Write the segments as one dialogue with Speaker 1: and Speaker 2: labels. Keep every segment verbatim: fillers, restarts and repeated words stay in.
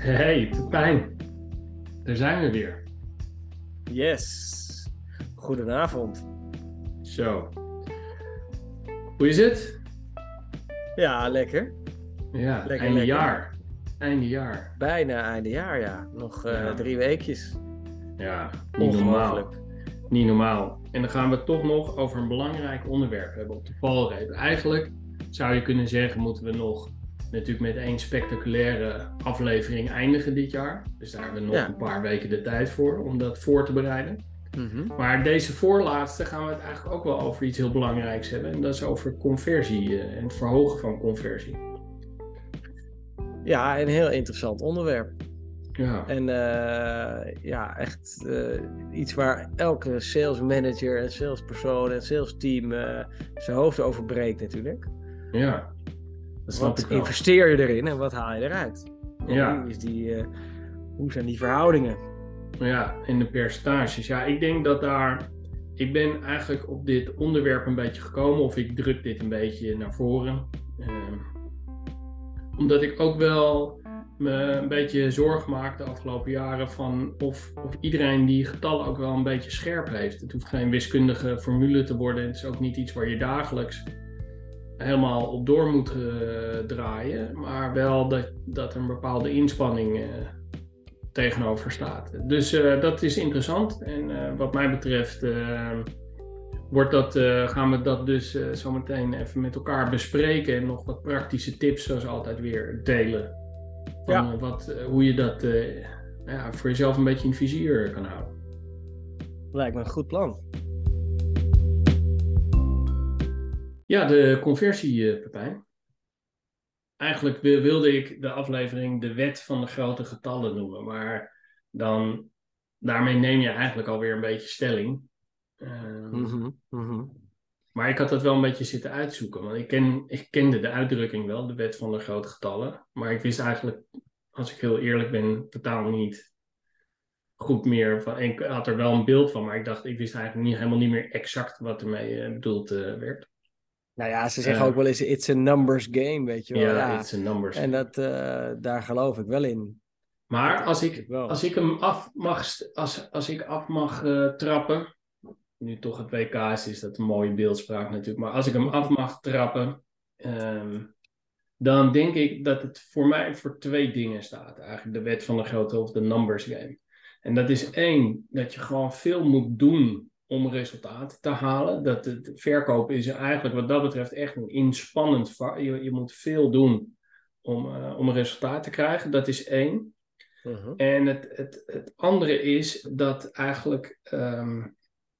Speaker 1: Hey, Pepijn, daar zijn we weer.
Speaker 2: Yes. Goedenavond.
Speaker 1: Zo, hoe is het?
Speaker 2: Ja, lekker.
Speaker 1: Ja,
Speaker 2: Lekker,
Speaker 1: einde
Speaker 2: lekker.
Speaker 1: jaar. Einde jaar.
Speaker 2: Bijna einde jaar, ja. Nog uh,
Speaker 1: Ja.
Speaker 2: drie weekjes.
Speaker 1: Ja, niet normaal.
Speaker 2: Ongelooflijk.
Speaker 1: Niet normaal. En dan gaan we het toch nog over een belangrijk onderwerp hebben op de valreep. Eigenlijk zou je kunnen zeggen, moeten we nog natuurlijk met één spectaculaire aflevering eindigen dit jaar. Dus daar hebben we nog
Speaker 2: Ja.
Speaker 1: een paar weken de tijd voor om dat voor te bereiden.
Speaker 2: Mm-hmm.
Speaker 1: Maar deze voorlaatste gaan we het eigenlijk ook wel over iets heel belangrijks hebben. En dat is over conversie uh, en het verhogen van conversie.
Speaker 2: Ja, een heel interessant onderwerp.
Speaker 1: Ja.
Speaker 2: En uh, ja, echt uh, iets waar elke sales manager en salespersoon en sales team uh, zijn hoofd over breekt natuurlijk.
Speaker 1: Ja, dat snap
Speaker 2: wat
Speaker 1: ik wel.
Speaker 2: investeer je erin en wat haal je eruit? En
Speaker 1: ja.
Speaker 2: Hoe, is die, uh, hoe zijn die verhoudingen?
Speaker 1: Ja, in de percentages. Ja, ik denk dat daar... Ik ben eigenlijk op dit onderwerp een beetje gekomen, of ik druk dit een beetje naar voren. Uh, omdat ik ook wel me een beetje zorgen maak de afgelopen jaren van of, of iedereen die getallen ook wel een beetje scherp heeft. Het hoeft geen wiskundige formule te worden. Het is ook niet iets waar je dagelijks helemaal op door moet uh, draaien. Maar wel dat, dat er een bepaalde inspanning uh, tegenover staat. Dus uh, dat is interessant. En uh, wat mij betreft uh, wordt dat, uh, gaan we dat dus uh, zo meteen even met elkaar bespreken. En nog wat praktische tips zoals altijd weer delen. Van,
Speaker 2: Ja.
Speaker 1: uh, wat, uh, hoe je dat uh, ja, voor jezelf een beetje in het vizier kan houden.
Speaker 2: Lijkt me een goed plan.
Speaker 1: Ja, de conversie, uh, Pepijn. Eigenlijk wilde ik de aflevering de wet van de grote getallen noemen. Maar dan, daarmee neem je eigenlijk alweer een beetje stelling. Uh,
Speaker 2: mm-hmm. Mm-hmm.
Speaker 1: Maar ik had dat wel een beetje zitten uitzoeken. Want ik, ken, ik kende de uitdrukking wel, de wet van de grote getallen. Maar ik wist eigenlijk, als ik heel eerlijk ben, totaal niet goed meer. Van, ik had er wel een beeld van, maar ik dacht, ik wist eigenlijk niet, helemaal niet meer exact wat ermee uh, bedoeld uh, werd.
Speaker 2: Nou ja, ze zeggen
Speaker 1: uh,
Speaker 2: ook wel eens, it's a numbers game, weet je wel.
Speaker 1: Ja,
Speaker 2: ja.
Speaker 1: it's a numbers
Speaker 2: en
Speaker 1: game.
Speaker 2: dat, uh, daar geloof ik wel in.
Speaker 1: Maar
Speaker 2: dat
Speaker 1: als ik,
Speaker 2: wel.
Speaker 1: als ik hem af mag, als, als ik af mag uh, trappen, nu toch het W K is, is dat een mooie beeldspraak natuurlijk. Maar als ik hem af mag trappen, um, dan denk ik dat het voor mij voor twee dingen staat. Eigenlijk de wet van de grote of de numbers game. En dat is één, dat je gewoon veel moet doen om resultaten te halen. Dat het verkoop is eigenlijk wat dat betreft echt een inspannend vak. Je, je moet veel doen om, uh, om een resultaat te krijgen. Dat is één.
Speaker 2: Uh-huh.
Speaker 1: En het, het, het andere is dat eigenlijk... Um,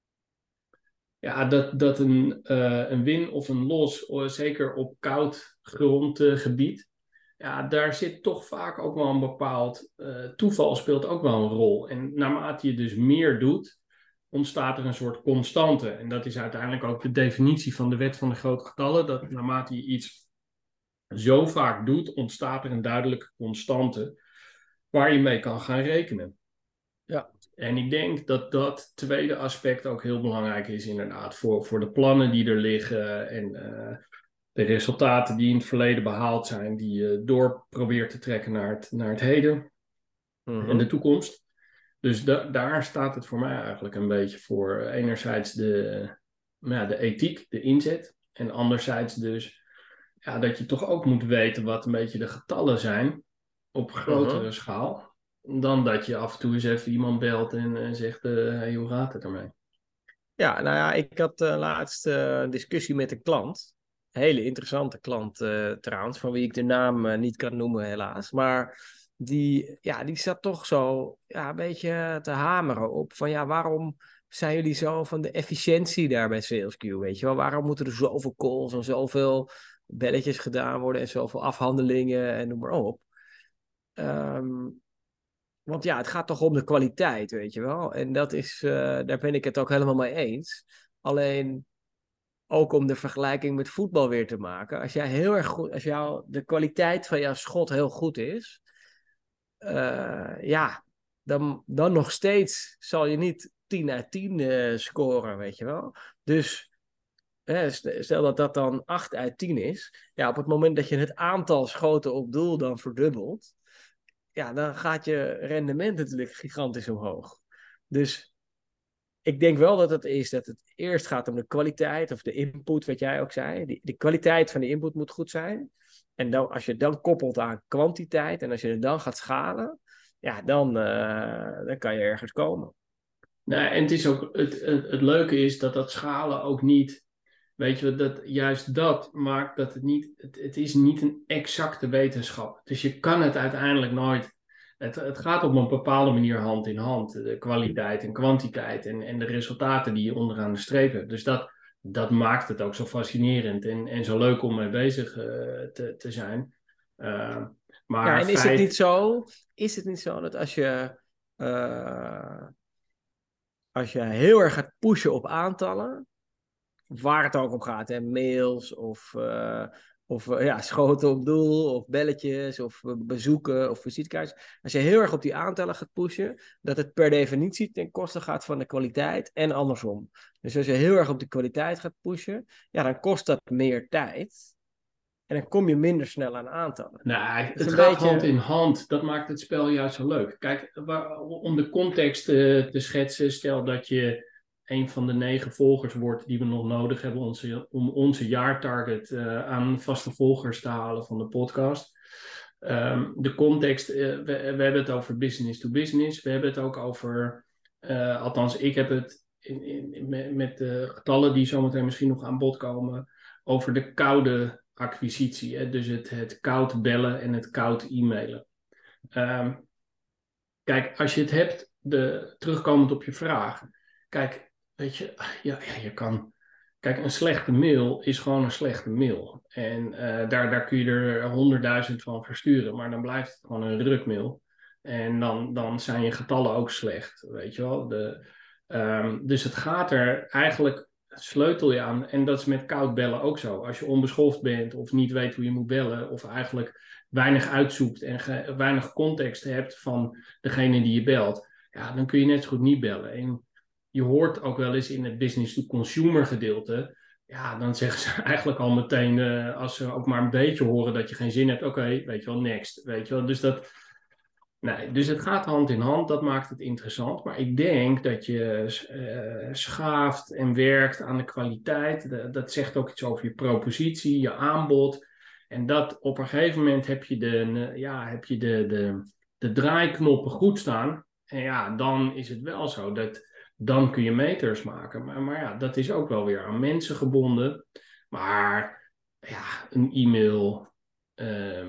Speaker 1: Ja, dat, dat een, uh, een win of een los, zeker op koud grondgebied, ja, daar zit toch vaak ook wel een bepaald uh, toeval speelt ook wel een rol. En naarmate je dus meer doet, ontstaat er een soort constante. En dat is uiteindelijk ook de definitie van de wet van de grote getallen, dat naarmate je iets zo vaak doet, ontstaat er een duidelijke constante waar je mee kan gaan rekenen.
Speaker 2: Ja.
Speaker 1: En ik denk dat dat tweede aspect ook heel belangrijk is inderdaad voor, voor de plannen die er liggen en uh, de resultaten die in het verleden behaald zijn, die je door probeert te trekken naar het, naar het heden uh-huh. en de toekomst. Dus da- daar staat het voor mij eigenlijk een beetje voor. Enerzijds de, nou ja, de ethiek, de inzet en anderzijds dus ja, dat je toch ook moet weten wat een beetje de getallen zijn op grotere uh-huh. schaal. Dan dat je af en toe eens even iemand belt en uh, zegt, uh, hey, hoe gaat het ermee?
Speaker 2: Ja, nou ja, ik had uh, laatst uh, een discussie met een klant. Een hele interessante klant uh, trouwens, van wie ik de naam uh, niet kan noemen helaas. Maar die, ja, die zat toch zo ja, een beetje te hameren op van ja, waarom zijn jullie zo van de efficiëntie daar bij SalesQ, weet je wel? Waarom moeten er zoveel calls en zoveel belletjes gedaan worden en zoveel afhandelingen en noem maar op. Um, Want ja, het gaat toch om de kwaliteit, weet je wel. En dat is, uh, daar ben ik het ook helemaal mee eens. Alleen, ook om de vergelijking met voetbal weer te maken. Als jij heel erg goed, als jou, de kwaliteit van jouw schot heel goed is, uh, ja, dan, dan nog steeds zal je niet tien uit tien uh, scoren, weet je wel. Dus hè, stel dat dat dan acht uit tien is. Ja, op het moment dat je het aantal schoten op doel dan verdubbelt, ja, dan gaat je rendement natuurlijk gigantisch omhoog. Dus ik denk wel dat het is dat het eerst gaat om de kwaliteit of de input, wat jij ook zei. Die, de kwaliteit van de input moet goed zijn. En dan, als je het dan koppelt aan kwantiteit en als je het dan gaat schalen, ja, dan, uh, dan kan je ergens komen.
Speaker 1: Nou, en het is ook, het, het, het leuke is dat dat schalen ook niet, weet je, dat juist dat maakt dat het niet, het, het is niet een exacte wetenschap. Dus je kan het uiteindelijk nooit, het, het gaat op een bepaalde manier hand in hand. De kwaliteit en kwantiteit en, en de resultaten die je onderaan de streep hebt. Dus dat, dat maakt het ook zo fascinerend en, en zo leuk om mee bezig uh, te, te zijn. Uh, maar
Speaker 2: ja, en is
Speaker 1: feit...
Speaker 2: het niet zo, is het niet zo dat als je, uh, als je heel erg gaat pushen op aantallen, waar het ook om gaat, hè, mails of, uh, of uh, ja, schoten op doel of belletjes of uh, bezoeken of visitekaartjes. Als je heel erg op die aantallen gaat pushen, dat het per definitie ten koste gaat van de kwaliteit en andersom. Dus als je heel erg op de kwaliteit gaat pushen, ja, dan kost dat meer tijd. En dan kom je minder snel aan aantallen.
Speaker 1: Nou, het gaat beetje... hand in hand. Dat maakt het spel juist zo leuk. Kijk, waar, om de context uh, te schetsen, stel dat je een van de negen volgers wordt die we nog nodig hebben onze, om onze jaartarget uh, aan vaste volgers te halen van de podcast. Um, de context, uh, we, we hebben het over business to business. We hebben het ook over, uh, althans ik heb het in, in, met, met de getallen die zometeen misschien nog aan bod komen, over de koude acquisitie. Hè? Dus het, het koud bellen en het koud e-mailen. Um, kijk, als je het hebt, de, terugkomend op je vraag. Kijk, weet je, ja, ja, je kan... Kijk, een slechte mail is gewoon een slechte mail. En uh, daar, daar kun je er honderdduizend van versturen. Maar dan blijft het gewoon een drukmail. En dan, dan zijn je getallen ook slecht, weet je wel. De, um, dus het gaat er eigenlijk... sleutel je aan. En dat is met koud bellen ook zo. Als je onbeschoft bent of niet weet hoe je moet bellen of eigenlijk weinig uitzoekt en ge, weinig context hebt van degene die je belt, ja, dan kun je net zo goed niet bellen. En je hoort ook wel eens in het business-to-consumer gedeelte, ja, dan zeggen ze eigenlijk al meteen, uh, als ze ook maar een beetje horen dat je geen zin hebt, oké, okay, weet je wel, next. Weet je wel, dus dat... Nee, dus het gaat hand in hand, dat maakt het interessant. Maar ik denk dat je uh, schaaft en werkt aan de kwaliteit. De, dat zegt ook iets over je propositie, je aanbod. En dat op een gegeven moment heb je de, uh, ja, heb je de, de, de draaiknoppen goed staan. En ja, dan is het wel zo dat dan kun je meters maken. Maar, maar ja, dat is ook wel weer aan mensen gebonden. Maar ja, een e-mail... Uh,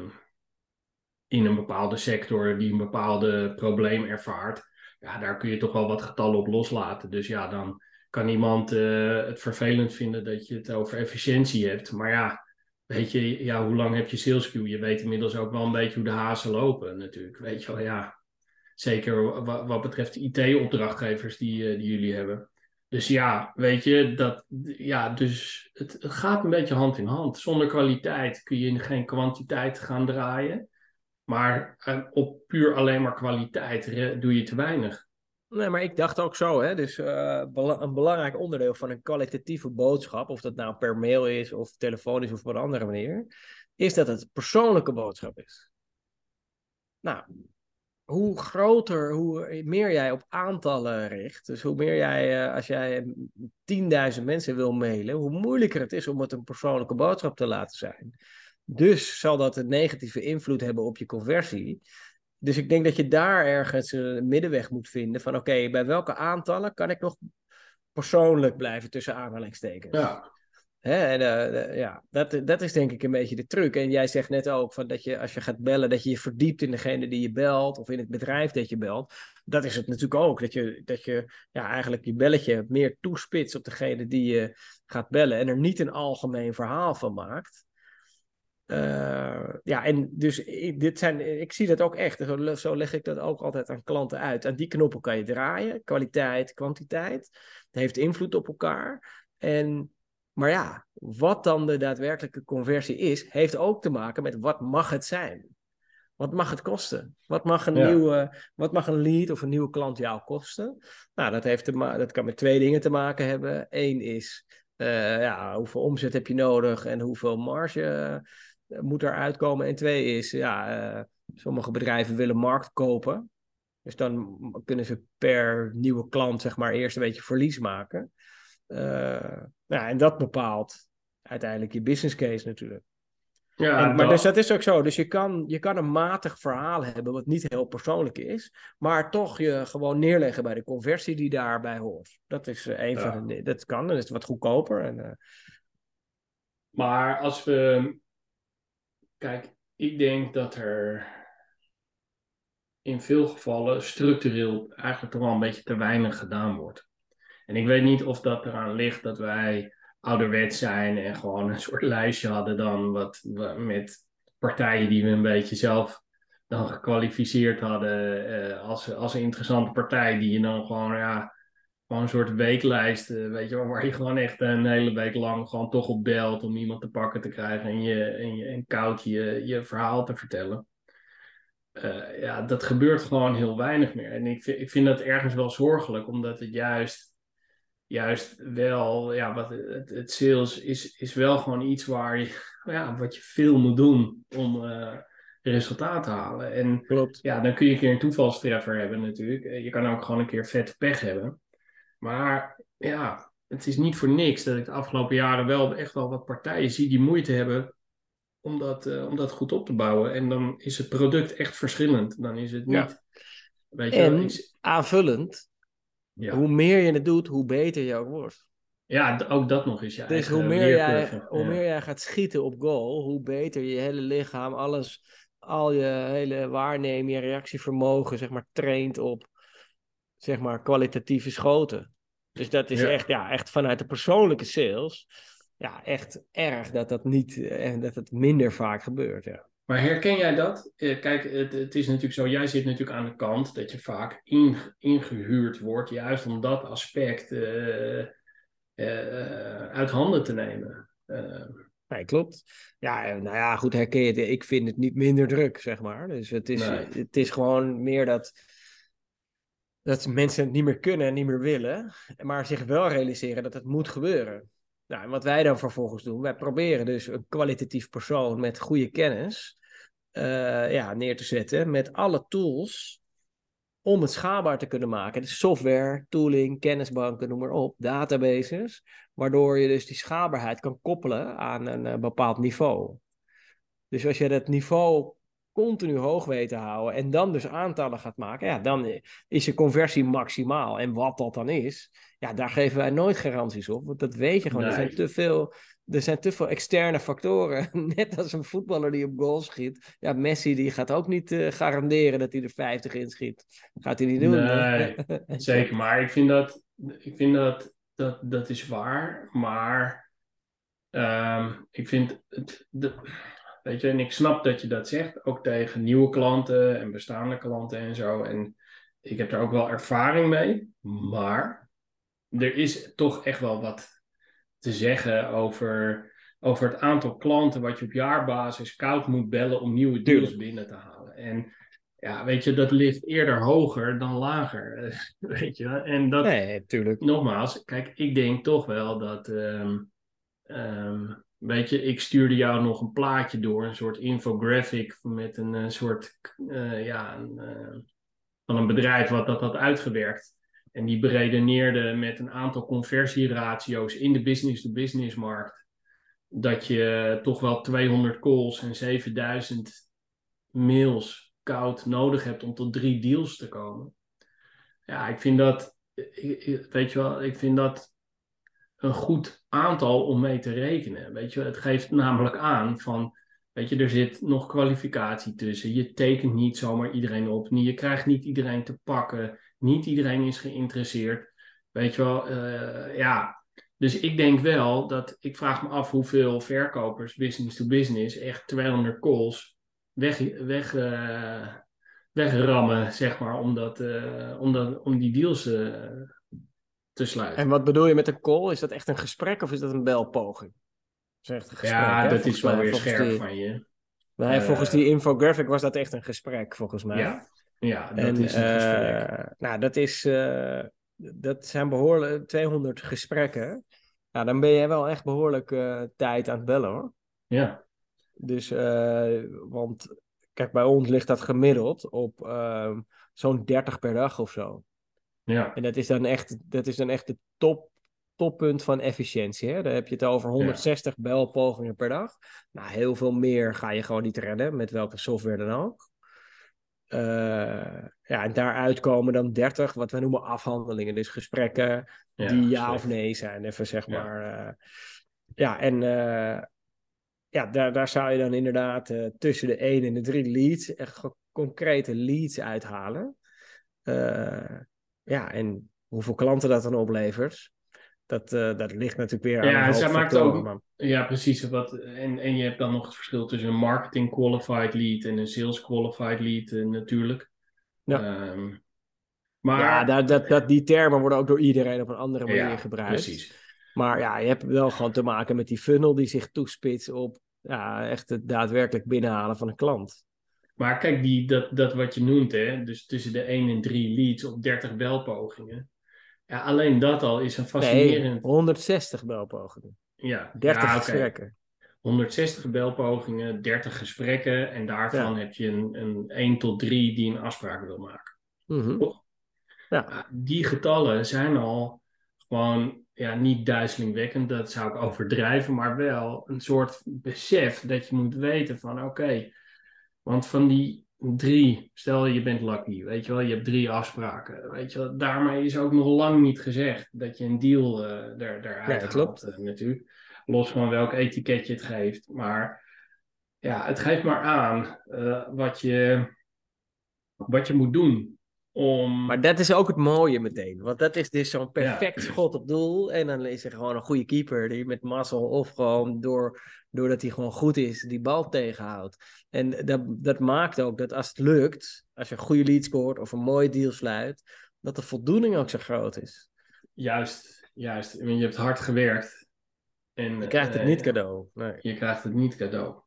Speaker 1: in een bepaalde sector die een bepaalde probleem ervaart, ja, daar kun je toch wel wat getallen op loslaten. Dus ja, dan kan iemand uh, het vervelend vinden dat je het over efficiëntie hebt. Maar ja, weet je, ja, hoe lang heb je sales queue? Je weet inmiddels ook wel een beetje hoe de hazen lopen natuurlijk. Weet je wel, ja. Zeker wat, wat betreft de I T-opdrachtgevers die, uh, die jullie hebben. Dus ja, weet je, dat, ja, dus het, het gaat een beetje hand in hand. Zonder kwaliteit kun je geen kwantiteit gaan draaien. Maar uh, op puur alleen maar kwaliteit re- doe je te weinig.
Speaker 2: Nee, maar ik dacht ook zo, hè. Dus uh, bela- een belangrijk onderdeel van een kwalitatieve boodschap, of dat nou per mail is, of telefonisch, of op een andere manier, is dat het persoonlijke boodschap is. Nou, hoe groter, hoe meer jij op aantallen richt, dus hoe meer jij, uh, als jij tienduizend mensen wil mailen, hoe moeilijker het is om het een persoonlijke boodschap te laten zijn. Dus zal dat een negatieve invloed hebben op je conversie. Dus ik denk dat je daar ergens een middenweg moet vinden van oké, okay, bij welke aantallen kan ik nog persoonlijk blijven tussen aanhalingstekens.
Speaker 1: Ja.
Speaker 2: Hè, en, uh, uh, ja, dat, dat is denk ik een beetje de truc. En jij zegt net ook van dat je als je gaat bellen, dat je je verdiept in degene die je belt of in het bedrijf dat je belt. Dat is het natuurlijk ook. Dat je, dat je ja, eigenlijk je belletje meer toespitst op degene die je gaat bellen en er niet een algemeen verhaal van maakt. Uh, ja, en dus ik, dit zijn, ik zie dat ook echt. Zo, zo leg ik dat ook altijd aan klanten uit. Aan die knoppen kan je draaien. Kwaliteit, kwantiteit. Dat heeft invloed op elkaar. En, maar ja, wat dan de daadwerkelijke conversie is, heeft ook te maken met wat mag het zijn? Wat mag het kosten? Wat mag een, ja. nieuwe, wat mag een lead of een nieuwe klant jou kosten? Nou, dat, heeft te ma- dat kan met twee dingen te maken hebben. Eén is, uh, ja, hoeveel omzet heb je nodig en hoeveel marge uh, moet er uitkomen. En twee is, ja, uh, Sommige bedrijven willen markt kopen. Dus dan kunnen ze per nieuwe klant zeg maar eerst een beetje verlies maken. Uh, nou, en dat bepaalt uiteindelijk je business case natuurlijk.
Speaker 1: Ja,
Speaker 2: En, maar
Speaker 1: dat.
Speaker 2: dus dat is ook zo. Dus je kan, je kan een matig verhaal hebben wat niet heel persoonlijk is. Maar toch je gewoon neerleggen bij de conversie die daarbij hoort. Dat is uh, een
Speaker 1: Ja.
Speaker 2: van de... Dat kan, dan is het wat goedkoper. En, uh...
Speaker 1: Maar als we... Kijk, ik denk dat er in veel gevallen structureel eigenlijk toch wel een beetje te weinig gedaan wordt. En ik weet niet of dat eraan ligt dat wij ouderwets zijn en gewoon een soort lijstje hadden dan wat met partijen die we een beetje zelf dan gekwalificeerd hadden uh, als, als een interessante partij die je dan gewoon, ja, gewoon een soort weeklijst, uh, weet je wel, waar je gewoon echt een hele week lang gewoon toch op belt om iemand te pakken te krijgen en je, en je en koud je, je verhaal te vertellen. Uh, ja, dat gebeurt gewoon heel weinig meer. En ik vind, ik vind dat ergens wel zorgelijk, omdat het juist juist wel, ja, wat het, het sales is, is wel gewoon iets waar je, ja, wat je veel moet doen om uh, resultaat te halen. En
Speaker 2: Klopt.
Speaker 1: ja, dan kun je een keer een toevalstreffer hebben natuurlijk. Je kan ook gewoon een keer vette pech hebben. Maar ja, het is niet voor niks dat ik de afgelopen jaren wel echt wel wat partijen zie die moeite hebben om dat, uh, om dat goed op te bouwen. En dan is het product echt verschillend. Dan is het niet,
Speaker 2: Ja.
Speaker 1: weet je
Speaker 2: en
Speaker 1: wel, ik,
Speaker 2: aanvullend,
Speaker 1: ja.
Speaker 2: hoe meer je het doet, hoe beter je ook wordt.
Speaker 1: Ja, ook dat nog eens je
Speaker 2: Dus
Speaker 1: eigen
Speaker 2: hoe meer, jij, hoe
Speaker 1: ja.
Speaker 2: meer jij gaat schieten op goal, hoe beter je hele lichaam, alles, al je hele waarneming, je reactievermogen, zeg maar, traint op, zeg maar, kwalitatieve schoten. Dus dat is
Speaker 1: Ja.
Speaker 2: echt, ja, echt vanuit de persoonlijke sales, ja, echt erg dat dat niet, en dat het minder vaak gebeurt, ja.
Speaker 1: Maar herken jij dat? Uh, kijk, het, het is natuurlijk zo, jij zit natuurlijk aan de kant dat je vaak in, ingehuurd wordt, juist om dat aspect uh, uh, uit handen te nemen. Uh,
Speaker 2: Nee, klopt. Ja, nou ja, goed, herken je het. Ik vind het niet minder druk, zeg maar. Dus het is,
Speaker 1: nee.
Speaker 2: het is gewoon meer dat, dat mensen het niet meer kunnen en niet meer willen, maar zich wel realiseren dat het moet gebeuren. Nou, en wat wij dan vervolgens doen, wij proberen dus een kwalitatief persoon met goede kennis uh, ja, neer te zetten met alle tools om het schaalbaar te kunnen maken. Dus software, tooling, kennisbanken, noem maar op, databases, waardoor je dus die schaalbaarheid kan koppelen aan een uh, bepaald niveau. Dus als je dat niveau continu hoog weet te houden en dan dus aantallen gaat maken, ja, dan is je conversie maximaal. En wat dat dan is, ja, daar geven wij nooit garanties op, want dat weet je gewoon. Nee. Er zijn te veel, er zijn te veel externe factoren. Net als een voetballer die op goal schiet. Ja, Messi die gaat ook niet uh, garanderen dat hij er vijftig in schiet. Gaat hij niet doen.
Speaker 1: Nee, zeker. Maar ik vind dat, ik vind dat, dat, dat is waar. Maar um, ik vind het... De, weet je, en ik snap dat je dat zegt, ook tegen nieuwe klanten en bestaande klanten en zo. En ik heb daar ook wel ervaring mee. Maar er is toch echt wel wat te zeggen over, over het aantal klanten wat je op jaarbasis koud moet bellen om nieuwe deals Tuurlijk. binnen te halen. En ja, weet je, dat ligt eerder hoger dan lager. Weet je, en dat,
Speaker 2: nee, tuurlijk.
Speaker 1: Nogmaals, kijk, ik denk toch wel dat... Um, um, Weet je, ik stuurde jou nog een plaatje door, een soort infographic met een, een soort, uh, ja, een, uh, van een bedrijf wat dat had uitgewerkt. En die beredeneerde met een aantal conversieratio's in de business-to-business markt. Dat je toch wel tweehonderd calls en zevenduizend mails koud nodig hebt om tot drie deals te komen. Ja, ik vind dat, weet je wel, ik vind dat een goed aantal om mee te rekenen. Weet je, het geeft namelijk aan van, weet je, er zit nog kwalificatie tussen. Je tekent niet zomaar iedereen op. Je krijgt niet iedereen te pakken. Niet iedereen is geïnteresseerd. Weet je wel, uh, ja. Dus ik denk wel dat, ik vraag me af hoeveel verkopers, business to business, echt tweehonderd calls weg, weg, uh, wegrammen, zeg maar, om, dat, uh, om, dat, om die deals uh, te sluiten.
Speaker 2: En wat bedoel je met een call? Is dat echt een gesprek of is dat een belpoging? Dat is echt een gesprek,
Speaker 1: ja,
Speaker 2: hè?
Speaker 1: dat
Speaker 2: volgens
Speaker 1: is wel
Speaker 2: mij,
Speaker 1: weer scherp
Speaker 2: die...
Speaker 1: van je.
Speaker 2: Nee,
Speaker 1: uh,
Speaker 2: volgens die infographic was dat echt een gesprek, volgens mij.
Speaker 1: Ja, ja dat
Speaker 2: en,
Speaker 1: is een
Speaker 2: uh,
Speaker 1: gesprek.
Speaker 2: Nou, dat, is, uh, dat zijn behoorlijk tweehonderd gesprekken. Nou, dan ben je wel echt behoorlijk uh, tijd aan het bellen, hoor.
Speaker 1: Ja.
Speaker 2: Dus, uh, want kijk, bij ons ligt dat gemiddeld op uh, zo'n dertig per dag of zo.
Speaker 1: Ja.
Speaker 2: En dat is dan echt, dat is dan echt het top, toppunt van efficiëntie. Hè? Dan heb je het over honderdzestig ja. belpogingen per dag. Nou, heel veel meer ga je gewoon niet redden, met welke software dan ook. Uh, ja, en daaruit komen dan dertig, wat we noemen afhandelingen. Dus gesprekken die ja, ja of nee zijn, even zeg maar. Ja, uh, ja en uh, ja, daar, daar zou je dan inderdaad uh, tussen de één en de drie leads echt concrete leads uithalen. Uh, ja, en hoeveel klanten dat dan oplevert, dat, uh, dat ligt natuurlijk weer aan
Speaker 1: ja,
Speaker 2: een hoop
Speaker 1: zij maakt
Speaker 2: factoren.
Speaker 1: ook,
Speaker 2: Maar...
Speaker 1: ja, precies. Wat, en, en je hebt dan nog het verschil tussen een marketing qualified lead en een sales qualified lead uh, natuurlijk.
Speaker 2: Ja,
Speaker 1: um, maar,
Speaker 2: ja dat, dat, dat, die termen worden ook door iedereen op een andere manier
Speaker 1: ja,
Speaker 2: gebruikt.
Speaker 1: Precies.
Speaker 2: Maar ja, je hebt wel gewoon te maken met die funnel die zich toespitst op ja, echt het daadwerkelijk binnenhalen van een klant.
Speaker 1: Maar kijk, die, dat, dat wat je noemt, hè, dus tussen de één en drie leads op dertig belpogingen. Ja, alleen dat al is een fascinerend...
Speaker 2: Nee, honderdzestig belpogingen.
Speaker 1: Ja,
Speaker 2: dertig
Speaker 1: ja,
Speaker 2: gesprekken.
Speaker 1: Okay. honderdzestig belpogingen, dertig gesprekken en daarvan ja. heb je een, een één tot drie die een afspraak wil maken.
Speaker 2: Mm-hmm.
Speaker 1: Toch?
Speaker 2: Ja.
Speaker 1: Ja, die getallen zijn al gewoon ja, niet duizelingwekkend, dat zou ik overdrijven, maar wel een soort besef dat je moet weten van oké, okay, want van die drie, stel je bent lucky, weet je wel, je hebt drie afspraken, weet je wel, daarmee is ook nog lang niet gezegd dat je een deal uh, er, eruit
Speaker 2: ja,
Speaker 1: haalt uh, natuurlijk, los van welk etiket je het geeft, maar ja, het geeft maar aan uh, wat, je, wat je moet doen. Om...
Speaker 2: Maar dat is ook het mooie meteen. Want dat is dus zo'n perfect ja. schot op doel. En dan is er gewoon een goede keeper die met mazzel of gewoon door, doordat hij gewoon goed is, die bal tegenhoudt. En dat, dat maakt ook dat als het lukt, als je een goede lead scoort of een mooie deal sluit, dat de voldoening ook zo groot is.
Speaker 1: Juist, juist. Je hebt hard gewerkt. En,
Speaker 2: je krijgt het uh, niet cadeau. Nee.
Speaker 1: Je krijgt het niet cadeau.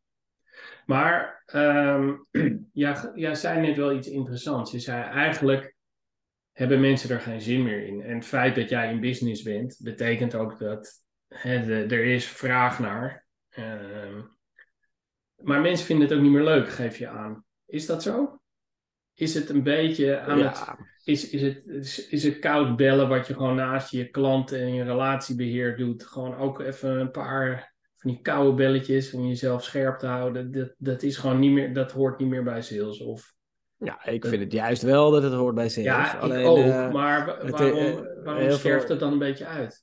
Speaker 1: Maar um, ja, jij zei net wel iets interessants. Je zei eigenlijk hebben mensen er geen zin meer in. En het feit dat jij in business bent, betekent ook dat hè, de, er is vraag naar. Um, maar mensen vinden het ook niet meer leuk, geef je aan. Is dat zo? Is het een beetje aan
Speaker 2: ja.
Speaker 1: het... Is, is, het, is, is het koud bellen wat je gewoon naast je klant en je relatiebeheer doet? Gewoon ook even een paar van die koude belletjes om jezelf scherp te houden. Dat, dat is gewoon niet meer, dat hoort niet meer bij sales. Of,
Speaker 2: ja, ik vind het juist wel dat het hoort bij sales.
Speaker 1: Ja,
Speaker 2: Alleen,
Speaker 1: ik ook.
Speaker 2: Uh,
Speaker 1: maar waarom, uh, waarom sterft veel... het dan een beetje uit?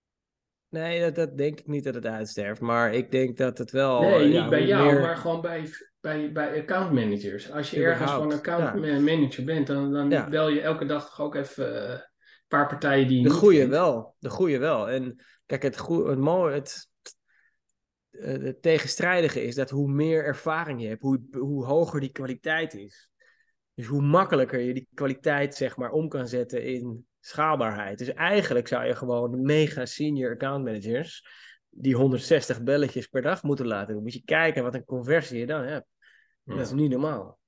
Speaker 2: Nee, dat, dat denk ik niet dat het uitsterft. Maar ik denk dat het wel...
Speaker 1: Nee, niet
Speaker 2: ja,
Speaker 1: bij jou,
Speaker 2: meer...
Speaker 1: maar gewoon bij, bij, bij account managers. Als je Überhaupt. ergens van account ja. manager bent, dan, dan ja. bel je elke dag toch ook even uh, een paar partijen die je
Speaker 2: de
Speaker 1: niet
Speaker 2: goeie
Speaker 1: vindt.
Speaker 2: wel, de goeie wel. En kijk, het, goe, het mooie... Het, het tegenstrijdige is dat hoe meer ervaring je hebt, hoe, hoe hoger die kwaliteit is. Dus hoe makkelijker je die kwaliteit zeg maar om kan zetten in schaalbaarheid. Dus eigenlijk zou je gewoon de mega senior account managers die honderdzestig belletjes per dag moeten laten doen. Moet je kijken wat een conversie je dan hebt. Ja. Dat is niet normaal.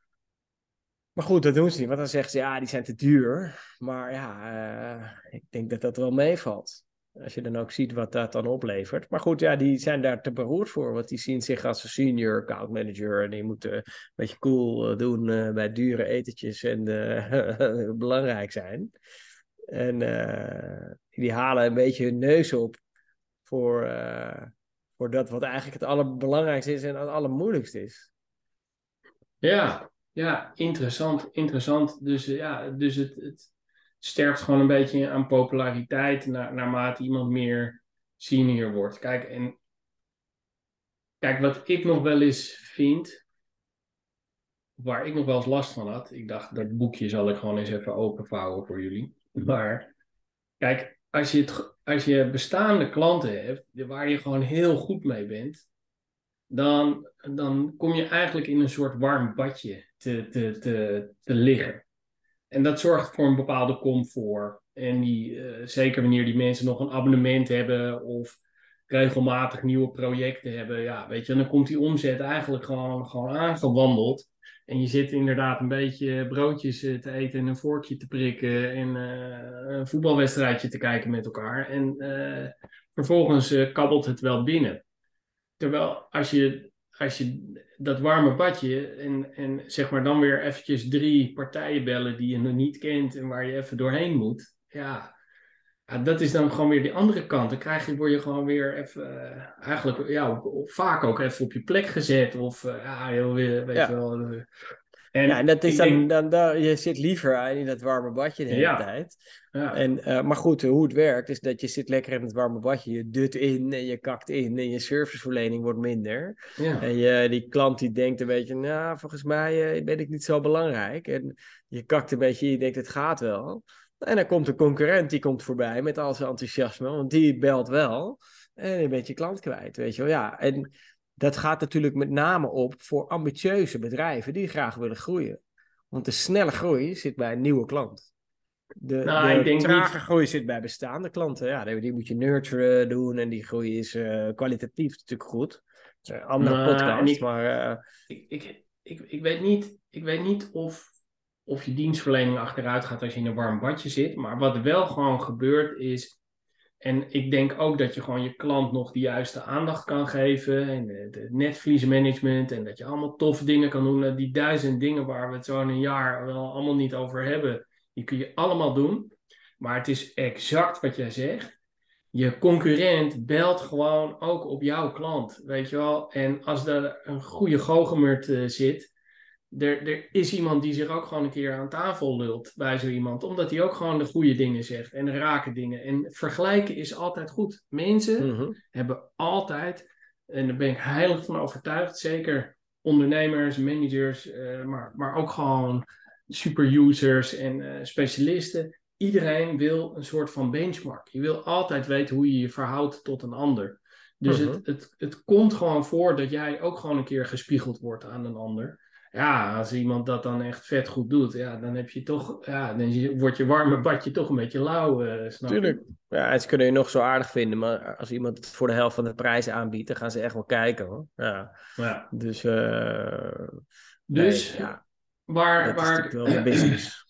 Speaker 2: Maar goed, dat doen ze niet. Want dan zeggen ze, ja, die zijn te duur. Maar ja, uh, ik denk dat dat wel meevalt. Als je dan ook ziet wat dat dan oplevert. Maar goed, ja, die zijn daar te beroerd voor. Want die zien zich als een senior account manager. En die moeten een beetje cool doen uh, bij dure etentjes. En uh, belangrijk zijn. En uh, die halen een beetje hun neus op. Voor, uh, voor dat wat eigenlijk het allerbelangrijkste is. En het allermoeilijkste is.
Speaker 1: Ja, ja, interessant. Interessant. Dus, ja, dus het... het... sterft gewoon een beetje aan populariteit na, naarmate iemand meer senior wordt. Kijk, en kijk, wat ik nog wel eens vind, waar ik nog wel eens last van had, ik dacht, dat boekje zal ik gewoon eens even openvouwen voor jullie. Maar kijk, als je, het, als je bestaande klanten hebt, waar je gewoon heel goed mee bent, dan, dan kom je eigenlijk in een soort warm badje te, te, te, te liggen. En dat zorgt voor een bepaalde comfort. En die, uh, zeker wanneer die mensen nog een abonnement hebben of regelmatig nieuwe projecten hebben. Ja, weet je, dan komt die omzet eigenlijk gewoon, gewoon aangewandeld. En je zit inderdaad een beetje broodjes te eten en een vorkje te prikken en uh, een voetbalwedstrijdje te kijken met elkaar. En uh, vervolgens uh, kabbelt het wel binnen. Terwijl als je als je dat warme badje en, en zeg maar dan weer eventjes drie partijen bellen die je nog niet kent en waar je even doorheen moet. Ja, ja, dat is dan gewoon weer die andere kant. Dan krijg je, word je gewoon weer even, uh, eigenlijk ja, op, op, vaak ook even op je plek gezet. Of uh, ja, heel weer, weet je
Speaker 2: Ja.
Speaker 1: wel. Uh,
Speaker 2: Ja, en
Speaker 1: en
Speaker 2: dat is
Speaker 1: ik
Speaker 2: dan,
Speaker 1: denk,
Speaker 2: dan, dan, je zit liever in dat warme badje de hele
Speaker 1: ja,
Speaker 2: tijd.
Speaker 1: ja,
Speaker 2: En, uh, maar goed, hoe het werkt is dat je zit lekker in het warme badje, je dut in en je kakt in en je serviceverlening wordt minder. En
Speaker 1: ja.
Speaker 2: je, die klant die denkt een beetje, nou, volgens mij uh, ben ik niet zo belangrijk. En je kakt een beetje, je denkt, het gaat wel. En dan komt een concurrent, die komt voorbij met al zijn enthousiasme, want die belt wel. En je bent je klant kwijt, weet je wel. Ja, en dat gaat natuurlijk met name op voor ambitieuze bedrijven die graag willen groeien. Want de snelle groei zit bij een nieuwe klant. De,
Speaker 1: Nou, ik
Speaker 2: de
Speaker 1: denk
Speaker 2: trage
Speaker 1: niet.
Speaker 2: groei zit bij bestaande klanten. Ja, die, die moet je nurturen doen en die groei is uh, kwalitatief natuurlijk goed. Dat is een andere
Speaker 1: Nou, en
Speaker 2: podcast,
Speaker 1: ik,
Speaker 2: maar... Uh,
Speaker 1: ik, ik, ik, ik weet niet, ik weet niet of, of je dienstverlening achteruit gaat als je in een warm badje zit. Maar wat wel gewoon gebeurt is. En ik denk ook dat je gewoon je klant nog de juiste aandacht kan geven. En de, de netvliesmanagement. En dat je allemaal toffe dingen kan doen. Die duizend dingen waar we het zo in een jaar wel allemaal niet over hebben. Die kun je allemaal doen. Maar het is exact wat jij zegt. Je concurrent belt gewoon ook op jouw klant. Weet je wel. En als er een goede goochemert uh, zit. Er, er is iemand die zich ook gewoon een keer aan tafel lult bij zo iemand. Omdat hij ook gewoon de goede dingen zegt en de rake dingen. En vergelijken is altijd goed. Mensen
Speaker 2: uh-huh.
Speaker 1: hebben altijd, en daar ben ik heilig van overtuigd, zeker ondernemers, managers, uh, maar, maar ook gewoon superusers en uh, specialisten. Iedereen wil een soort van benchmark. Je wil altijd weten hoe je je verhoudt tot een ander. Dus
Speaker 2: Uh-huh.
Speaker 1: het, het, het komt gewoon voor dat jij ook gewoon een keer gespiegeld wordt aan een ander. Ja, als iemand dat dan echt vet goed doet, ja, dan heb je toch, ja, dan wordt je warme badje toch een beetje lauw, uh, snap
Speaker 2: Tuurlijk.
Speaker 1: je?
Speaker 2: Ja, en ze kunnen je nog zo aardig vinden, maar als iemand het voor de helft van de prijs aanbiedt, dan gaan ze echt wel kijken, hoor. Ja.
Speaker 1: Ja.
Speaker 2: Dus, uh, nee,
Speaker 1: Dus
Speaker 2: ja,
Speaker 1: waar,
Speaker 2: dat is natuurlijk
Speaker 1: waar,
Speaker 2: wel de business.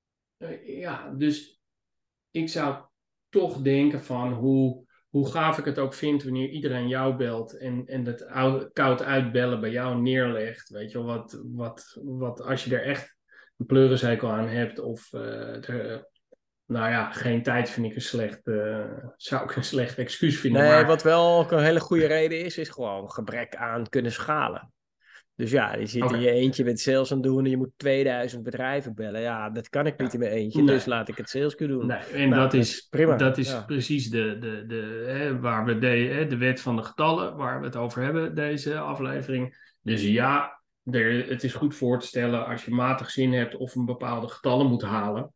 Speaker 1: ja, dus ik zou toch denken van hoe, hoe gaaf ik het ook vind wanneer iedereen jou belt en, en dat ou- koud uitbellen bij jou neerlegt. Weet je wel, wat, wat, wat als je er echt een pleurishekel aan hebt of uh, er, nou ja, geen tijd vind ik een slecht, uh, zou ik een slecht excuus vinden.
Speaker 2: Nee, wat
Speaker 1: Maar
Speaker 2: wel ook een hele goede reden is, is gewoon gebrek aan kunnen schalen. Dus ja, je zit
Speaker 1: oké,
Speaker 2: in je eentje met sales aan het doen en je moet tweeduizend bedrijven bellen. Ja, dat kan ik niet in
Speaker 1: ja,
Speaker 2: mijn eentje,
Speaker 1: nee,
Speaker 2: dus laat ik het sales kunnen doen.
Speaker 1: nee. En dat
Speaker 2: Nou, dat is
Speaker 1: is,
Speaker 2: prima.
Speaker 1: dat is
Speaker 2: Ja.
Speaker 1: precies de, de, de, hè, waar we de, hè, de wet van de getallen, waar we het over hebben, deze aflevering. Dus ja, er, het is goed voor te stellen als je matig zin hebt of een bepaalde getallen moet halen,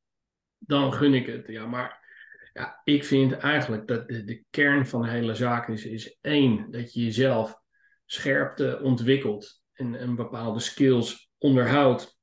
Speaker 1: dan gun ik het. Ja, maar ja, ik vind eigenlijk dat de, de kern van de hele zaak is, is één, dat je jezelf scherpte ontwikkelt en een bepaalde skills onderhoudt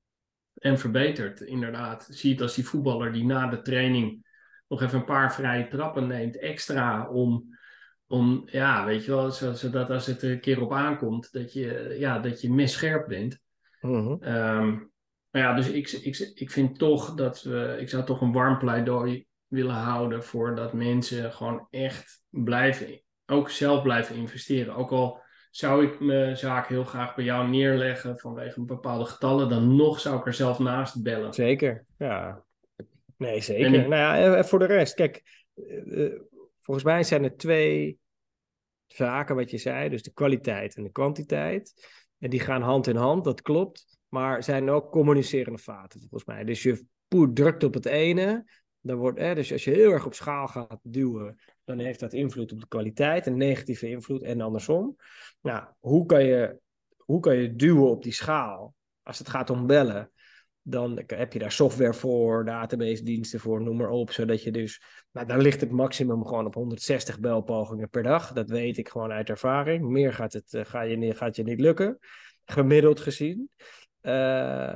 Speaker 1: en verbetert. Inderdaad, zie het als die voetballer die na de training nog even een paar vrije trappen neemt extra om, om ja, weet je wel, zodat als het er een keer op aankomt, dat je, ja, dat je messcherp bent.
Speaker 2: Uh-huh.
Speaker 1: Um, maar ja, dus ik, ik, ik vind toch dat we, ik zou toch een warm pleidooi willen houden voor dat mensen gewoon echt blijven, ook zelf blijven investeren. Ook al zou ik mijn zaak heel graag bij jou neerleggen vanwege een bepaalde getallen, dan nog zou ik er zelf naast bellen.
Speaker 2: Zeker, ja. Nee,
Speaker 1: En
Speaker 2: zeker.
Speaker 1: ik,
Speaker 2: Nou ja, en voor de rest, kijk, uh, volgens mij zijn er twee zaken wat je zei, dus de kwaliteit en de kwantiteit. En die gaan hand in hand, dat klopt. Maar zijn ook communicerende vaten, volgens mij. Dus je poet drukt op het ene. Dan wordt, eh, dus als je heel erg op schaal gaat duwen, dan heeft dat invloed op de kwaliteit, een negatieve invloed en andersom. Nou, hoe kan je, hoe kan je duwen op die schaal als het gaat om bellen? Dan heb je daar software voor, database diensten voor, noem maar op. Zodat je dus, nou, dan ligt het maximum gewoon op honderdzestig belpogingen per dag. Dat weet ik gewoon uit ervaring. Meer gaat het, uh, ga je, gaat je niet lukken, gemiddeld gezien. Uh,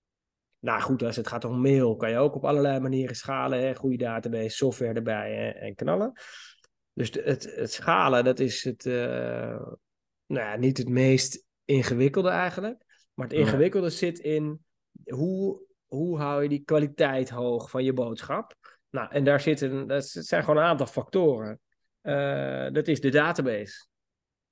Speaker 2: nou goed, als het gaat om mail, kan je ook op allerlei manieren schalen. Hè? Goede database, software erbij hè? En knallen. Dus de, het, het schalen, dat is het, uh, nou ja, niet het meest ingewikkelde eigenlijk. Maar het ingewikkelde zit in hoe, hoe hou je die kwaliteit hoog van je boodschap. Nou, en daar zitten, dat zijn gewoon een aantal factoren. Uh, dat is de database.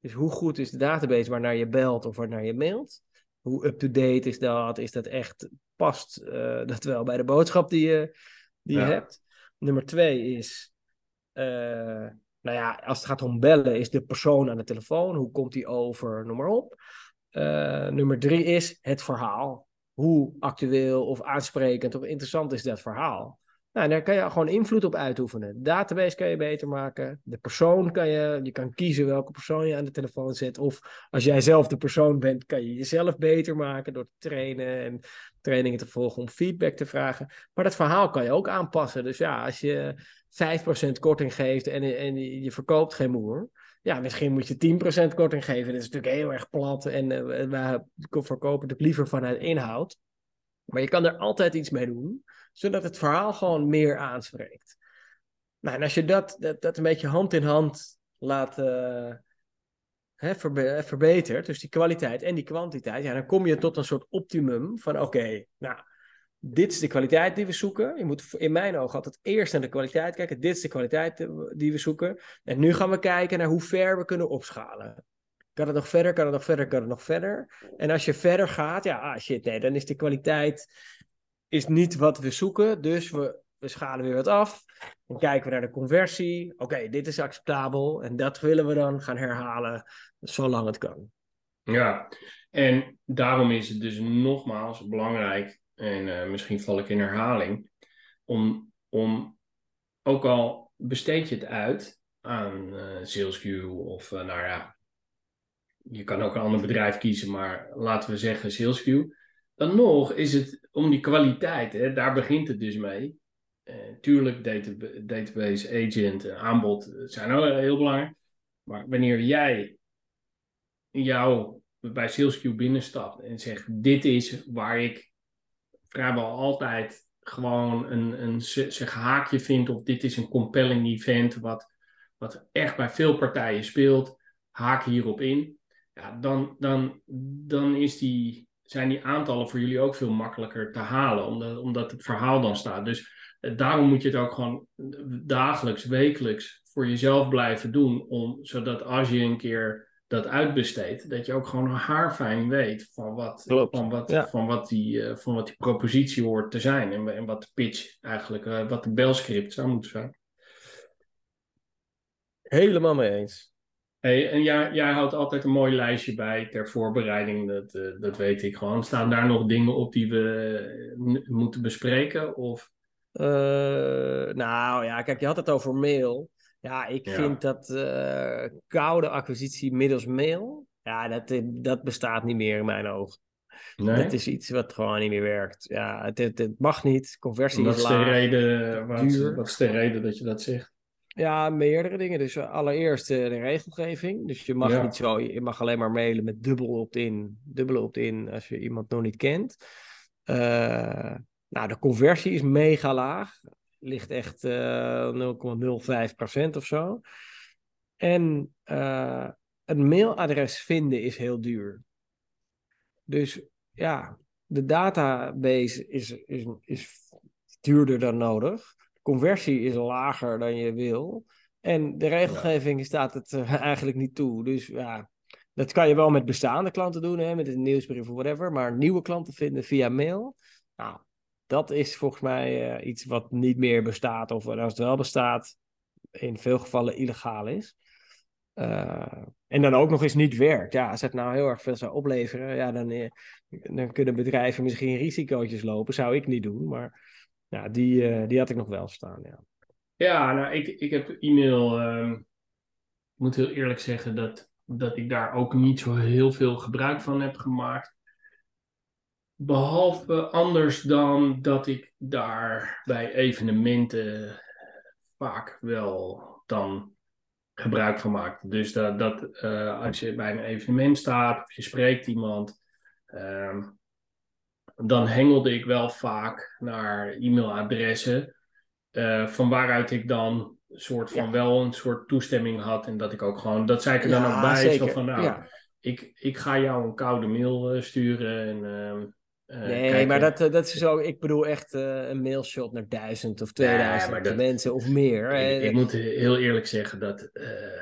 Speaker 2: Dus hoe goed is de database waarnaar je belt of waarnaar je mailt? Hoe up-to-date is dat? Is dat echt, past uh, dat wel bij de boodschap die je, die je
Speaker 1: Ja.
Speaker 2: hebt? Nummer twee is, uh, nou ja, als het gaat om bellen, is de persoon aan de telefoon. Hoe komt die over? Noem maar op. Uh, nummer drie is het verhaal. Hoe actueel of aansprekend of interessant is dat verhaal? Nou, daar kan je gewoon invloed op uitoefenen. De database kan je beter maken. De persoon kan je... Je kan kiezen welke persoon je aan de telefoon zet. Of als jij zelf de persoon bent, kan je jezelf beter maken door te trainen en trainingen te volgen om feedback te vragen. Maar dat verhaal kan je ook aanpassen. Dus ja, als je vijf procent korting geeft en, en je verkoopt geen moer... Ja, misschien moet je tien procent korting geven. Dat is natuurlijk heel erg plat en uh, we verkopen het liever vanuit inhoud. Maar je kan er altijd iets mee doen, zodat het verhaal gewoon meer aanspreekt. Nou, en als je dat, dat, dat een beetje hand in hand laat uh, hè, verbe- verbetert, dus die kwaliteit en die kwantiteit, ja, dan kom je tot een soort optimum van oké, okay, nou, dit is de kwaliteit die we zoeken. Je moet in mijn ogen altijd eerst naar de kwaliteit kijken. Dit is de kwaliteit die we zoeken. En nu gaan we kijken naar hoe ver we kunnen opschalen. Kan het nog verder, kan het nog verder, kan het nog verder. En als je verder gaat, ja, ah shit, nee, dan is de kwaliteit is niet wat we zoeken. Dus we, we schalen weer wat af. Dan kijken we naar de conversie. Oké, okay, dit is acceptabel. En dat willen we dan gaan herhalen, zolang het kan.
Speaker 1: Ja, en daarom is het dus nogmaals belangrijk, en uh, misschien val ik in herhaling, om, om ook al besteed je het uit aan uh, SalesQ of, uh, nou ja, je kan ook een ander bedrijf kiezen, maar laten we zeggen SalesQ. Dan nog is het om die kwaliteit, hè, daar begint het dus mee. Uh, tuurlijk, data, database, agent, aanbod zijn ook heel belangrijk. Maar wanneer jij jou bij SalesQ binnenstapt en zegt, dit is waar ik vrijwel altijd gewoon een, een zeg, haakje vind, of dit is een compelling event wat, wat echt bij veel partijen speelt, haak hierop in. Ja, dan, dan, dan is die, zijn die aantallen voor jullie ook veel makkelijker te halen, omdat, omdat het verhaal dan staat. Dus eh, daarom moet je het ook gewoon dagelijks, wekelijks voor jezelf blijven doen, om, zodat als je een keer dat uitbesteedt, dat je ook gewoon haarfijn weet van wat, van wat,
Speaker 2: ja.
Speaker 1: van wat, die, uh, van wat die propositie hoort te zijn en, en wat de pitch eigenlijk, uh, wat de belscript zou moeten zijn.
Speaker 2: Helemaal mee eens.
Speaker 1: Hey, en jij, jij houdt altijd een mooi lijstje bij ter voorbereiding, dat, uh, dat weet ik gewoon. Staan daar nog dingen op die we uh, moeten bespreken? Of?
Speaker 2: Uh, nou ja, kijk, je had het over mail. Ja, ik ja. vind dat uh, koude acquisitie middels mail, ja, dat, dat bestaat niet meer in mijn ogen. Nee? Dat is iets wat gewoon niet meer werkt. Ja, het, het, het mag niet. Conversie is laag.
Speaker 1: Wat is de reden, wat, wat is de reden dat je dat zegt?
Speaker 2: Ja, meerdere dingen. Dus uh, allereerst uh, de regelgeving. Dus je mag ja. niet zo, je mag alleen maar mailen met dubbel opt-in. Dubbele opt-in als je iemand nog niet kent. Uh, nou, de conversie is mega laag. Ligt echt uh, nul komma nul vijf procent of zo. En uh, een mailadres vinden is heel duur. Dus ja, de database is, is, is duurder dan nodig. Conversie is lager dan je wil. En de regelgeving ja. staat het uh, eigenlijk niet toe. Dus ja, dat kan je wel met bestaande klanten doen, hè, met een nieuwsbrief of whatever. Maar nieuwe klanten vinden via mail. Nou, dat is volgens mij uh, iets wat niet meer bestaat. Of als het wel bestaat, in veel gevallen illegaal is. Uh, en dan ook nog eens niet werkt. Ja, als het nou heel erg veel zou opleveren, ja, dan, uh, dan kunnen bedrijven misschien risicootjes lopen. Zou ik niet doen, maar ja, die, uh, die had ik nog wel staan. Ja,
Speaker 1: ja nou, ik, ik heb e-mail. Uh, ik moet heel eerlijk zeggen dat, dat ik daar ook niet zo heel veel gebruik van heb gemaakt. Behalve anders dan dat ik daar bij evenementen vaak wel dan gebruik van maakt. Dus dat, dat uh, als je bij een evenement staat of je spreekt iemand, uh, dan hengelde ik wel vaak naar e-mailadressen, uh, van waaruit ik dan een soort van ja. wel een soort toestemming had en dat ik ook gewoon, dat zei ik er ja, dan ook bij, zeker. Zo van nou, ja. ik, ik ga jou een koude mail uh, sturen en uh,
Speaker 2: Uh, nee, kijk, maar dat, dat is zo. Ik bedoel echt uh, een mailshot naar duizend of tweeduizend ja, dat, mensen of meer.
Speaker 1: Ik, ik moet heel eerlijk zeggen dat uh,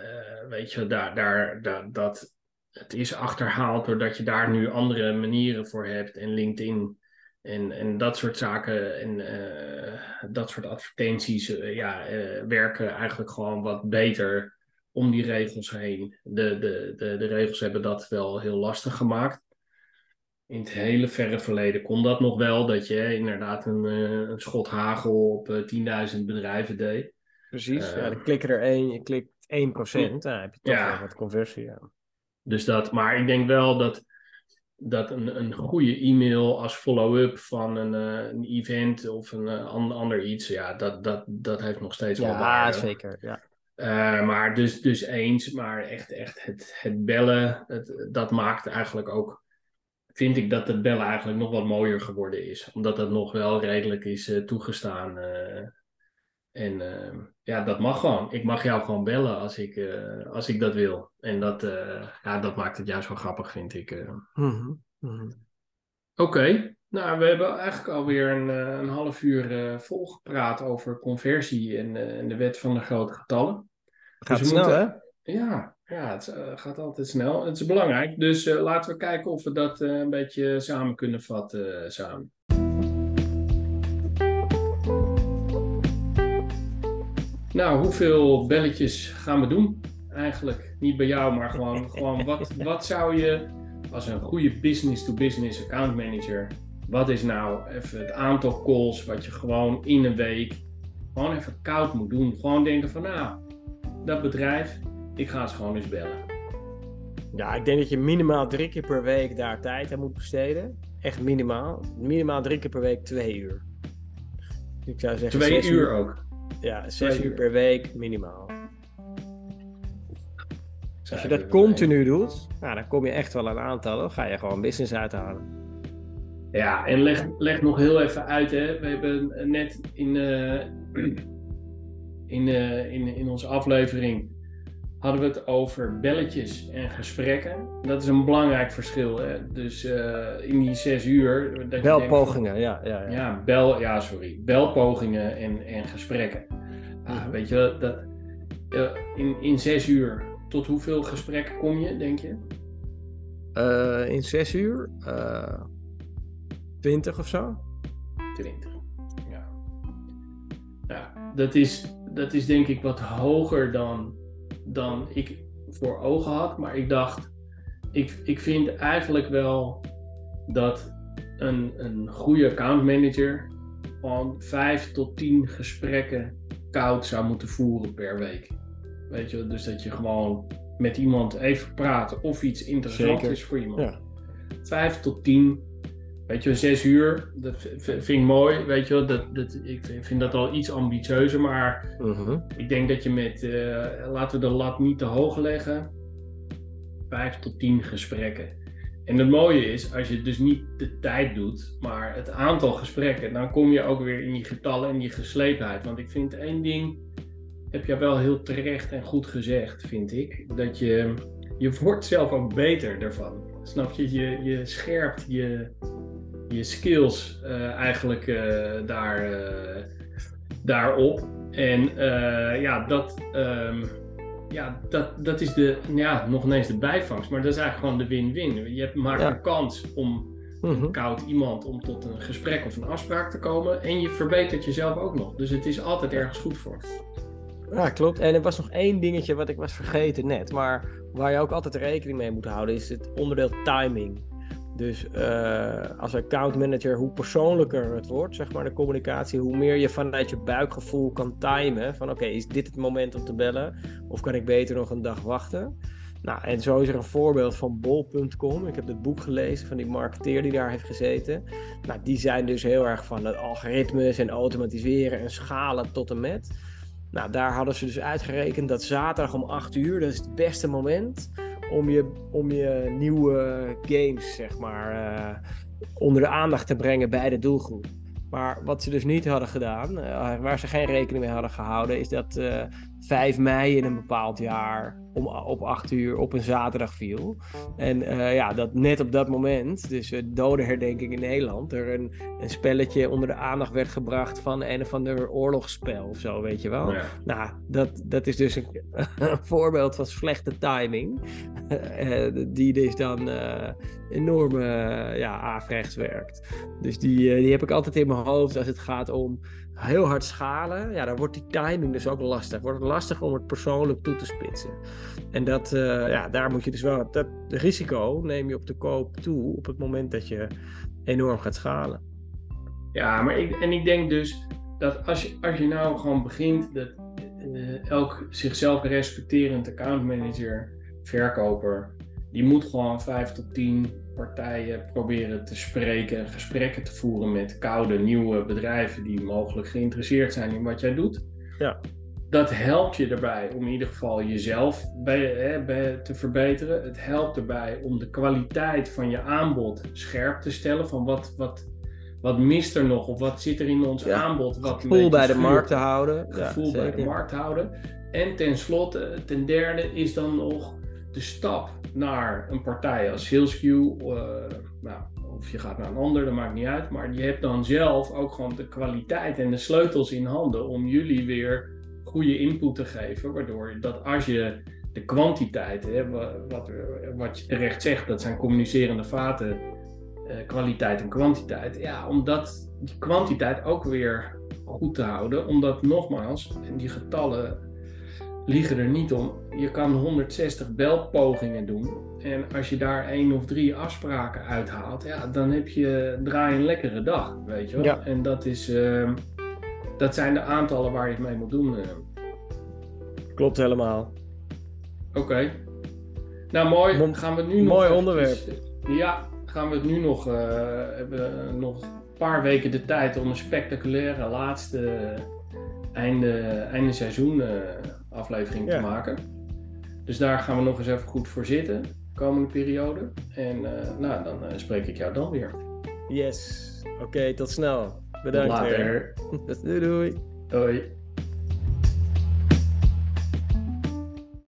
Speaker 1: weet je, daar, daar, daar, dat, het is achterhaald doordat je daar nu andere manieren voor hebt en LinkedIn en, en dat soort zaken en uh, dat soort advertenties uh, ja, uh, werken eigenlijk gewoon wat beter om die regels heen. De, de, de, de regels hebben dat wel heel lastig gemaakt. In het hele verre verleden kon dat nog wel, dat je inderdaad een, een schot hagel op uh, tienduizend bedrijven deed.
Speaker 2: Precies,
Speaker 1: Uh,
Speaker 2: ja, dan klik er één, je klikt één procent, dan heb je toch
Speaker 1: ja.
Speaker 2: wel wat conversie. Ja.
Speaker 1: Dus dat, maar ik denk wel dat, dat een, een goede e-mail als follow-up van een, uh, een event of een uh, ander iets, ja, dat, dat, dat heeft nog steeds
Speaker 2: ja,
Speaker 1: wel waarde.
Speaker 2: Ja, zeker, ja.
Speaker 1: Uh, maar dus, dus eens, maar echt, echt het, het bellen, het, dat maakt eigenlijk ook, vind ik dat het bellen eigenlijk nog wat mooier geworden is. Omdat dat nog wel redelijk is uh, toegestaan. Uh, en uh, ja, dat mag gewoon. Ik mag jou gewoon bellen als ik, uh, als ik dat wil. En dat, uh, ja, dat maakt het juist wel grappig, vind ik. Uh.
Speaker 2: Mm-hmm. Mm-hmm.
Speaker 1: Oké, okay. Nou, we hebben eigenlijk alweer een, een half uur uh, volgepraat over conversie en, uh, en de wet van de grote getallen.
Speaker 2: Gaat
Speaker 1: dus we
Speaker 2: snel,
Speaker 1: moeten,
Speaker 2: hè?
Speaker 1: Ja, ja, het uh, gaat altijd snel. Het is belangrijk. Dus uh, laten we kijken of we dat uh, een beetje samen kunnen vatten uh, samen. Nou, hoeveel belletjes gaan we doen? Eigenlijk niet bij jou, maar gewoon, gewoon wat, wat zou je als een goede business-to-business account manager, wat is nou even het aantal calls wat je gewoon in een week gewoon even koud moet doen? Gewoon denken van, nou, dat bedrijf, ik ga ze gewoon eens bellen.
Speaker 2: Ja, ik denk dat je minimaal drie keer per week daar tijd aan moet besteden. Echt minimaal. Minimaal drie keer per week twee uur. Ik zou zeggen
Speaker 1: twee
Speaker 2: zes
Speaker 1: uur,
Speaker 2: uur
Speaker 1: ook?
Speaker 2: Ja, zes uur, uur per week minimaal. Als je dat
Speaker 1: continu
Speaker 2: continu doet, nou, dan kom je echt wel aan aantallen. Dan ga je gewoon business uithalen.
Speaker 1: Ja, en leg, leg nog heel even uit, hè. We hebben net in, uh, in, uh, in, in onze aflevering hadden we het over belletjes en gesprekken. Dat is een belangrijk verschil, hè. Dus uh, in die zes uur... Dat
Speaker 2: belpogingen,
Speaker 1: je denkt van,
Speaker 2: ja, ja, ja.
Speaker 1: Ja, bel, ja, sorry. Belpogingen en, en gesprekken. Ah, mm-hmm. Weet je, dat, uh, in, in zes uur, tot hoeveel gesprekken kom je, denk je?
Speaker 2: Uh, in zes uur? Uh, twintig of zo?
Speaker 1: twintig, ja. Ja, dat is, dat is denk ik wat hoger dan, dan ik voor ogen had. Maar ik dacht, ik, ik vind eigenlijk wel dat een, een goede accountmanager van vijf tot tien gesprekken koud zou moeten voeren per week. Weet je, dus dat je gewoon met iemand even praat of iets interessants
Speaker 2: Zeker.
Speaker 1: is voor iemand.
Speaker 2: Ja.
Speaker 1: Vijf tot tien, weet je, zes uur, dat vind ik mooi, weet je, dat, dat, ik vind dat al iets ambitieuzer, maar
Speaker 2: mm-hmm.
Speaker 1: ik denk dat je met, uh, laten we de lat niet te hoog leggen, vijf tot tien gesprekken. En het mooie is, als je dus niet de tijd doet, maar het aantal gesprekken, dan kom je ook weer in die getallen en die geslepenheid. Want ik vind één ding, heb je wel heel terecht en goed gezegd, vind ik, dat je, je wordt zelf ook beter daarvan. Snap je? Je, je scherpt je, je skills uh, eigenlijk uh, daar, uh, daarop. En uh, ja, dat... Um, Ja, dat, dat is de, ja, nog ineens de bijvangst, maar dat is eigenlijk gewoon de win-win. Je hebt, maakt ja. een kans om mm-hmm. koud iemand om tot een gesprek of een afspraak te komen en je verbetert jezelf ook nog. Dus het is altijd ergens goed voor.
Speaker 2: Ja, klopt. En er was nog één dingetje wat ik was vergeten net, maar waar je ook altijd rekening mee moet houden, is het onderdeel timing. Dus uh, als account manager, hoe persoonlijker het wordt, zeg maar, de communicatie, hoe meer je vanuit je buikgevoel kan timen. Van oké, okay, is dit het moment om te bellen? Of kan ik beter nog een dag wachten? Nou, en zo is er een voorbeeld van bol punt com. Ik heb het boek gelezen van die marketeer die daar heeft gezeten. Nou, die zijn dus heel erg van de algoritmes en automatiseren en schalen tot en met. Nou, daar hadden ze dus uitgerekend dat zaterdag om acht uur, dat is het beste moment om je, om je nieuwe games, zeg maar, uh, onder de aandacht te brengen bij de doelgroep. Maar wat ze dus niet hadden gedaan, uh, waar ze geen rekening mee hadden gehouden, is dat uh, vijf mei in een bepaald jaar om, op acht uur op een zaterdag viel. En uh, ja, dat net op dat moment, dus uh, dodenherdenking in Nederland, er een, een spelletje onder de aandacht werd gebracht van een of ander oorlogsspel of zo, weet je wel. Ja. Nou, dat, dat is dus een, een voorbeeld van slechte timing. Uh, die dus dan uh, enorm uh, ja, averechts werkt. Dus die, uh, die heb ik altijd in mijn hoofd als het gaat om heel hard schalen. Ja, dan wordt die timing dus ook lastig. Wordt het lastig om het persoonlijk toe te spitsen. En dat, uh, ja, daar moet je dus wel... Dat risico neem je op de koop toe op het moment dat je enorm gaat schalen.
Speaker 1: Ja, maar ik, en ik denk dus dat als je, als je nou gewoon begint... dat uh, elk zichzelf respecterend accountmanager, verkoper... die moet gewoon vijf tot tien partijen proberen te spreken en gesprekken te voeren met koude, nieuwe bedrijven die mogelijk geïnteresseerd zijn in wat jij doet.
Speaker 2: Ja.
Speaker 1: Dat helpt je erbij om in ieder geval jezelf bij, hè, bij te verbeteren. Het helpt erbij om de kwaliteit van je aanbod scherp te stellen. Van wat, wat, wat mist er nog of wat zit er in ons ja. aanbod. Wat
Speaker 2: gevoel bij de markt te houden.
Speaker 1: Gevoel ja, bij de markt te houden. En tenslotte, ten derde is dan nog de stap naar een partij als SalesQ, uh, nou, of je gaat naar een ander, dat maakt niet uit, maar je hebt dan zelf ook gewoon de kwaliteit en de sleutels in handen om jullie weer goede input te geven, waardoor dat als je de kwantiteit, hè, wat, wat je terecht zegt, dat zijn communicerende vaten, uh, kwaliteit en kwantiteit, ja, om dat, die kwantiteit ook weer goed te houden, omdat nogmaals, die getallen liegen er niet om. Je kan honderdzestig belpogingen doen. En als je daar één of drie afspraken uithaalt, ja, dan heb je draai een lekkere dag, weet je wel. Ja. En dat is, uh, dat zijn de aantallen waar je het mee moet doen. Uh.
Speaker 2: Klopt helemaal.
Speaker 1: Oké. Okay. Nou, mooi.
Speaker 2: Mom-
Speaker 1: gaan we het nu nog...
Speaker 2: Mooi onderwerp.
Speaker 1: Ja, gaan we het nu nog... Uh, hebben nog een paar weken de tijd om een spectaculaire laatste einde, einde seizoen uh, aflevering ja. te maken. Dus daar gaan we nog eens even goed voor zitten, de komende periode. En uh, nou, dan uh, spreek ik jou dan weer.
Speaker 2: Yes. Oké, okay, tot snel. Bedankt.
Speaker 1: Tot later.
Speaker 2: doei doei.
Speaker 1: Doei.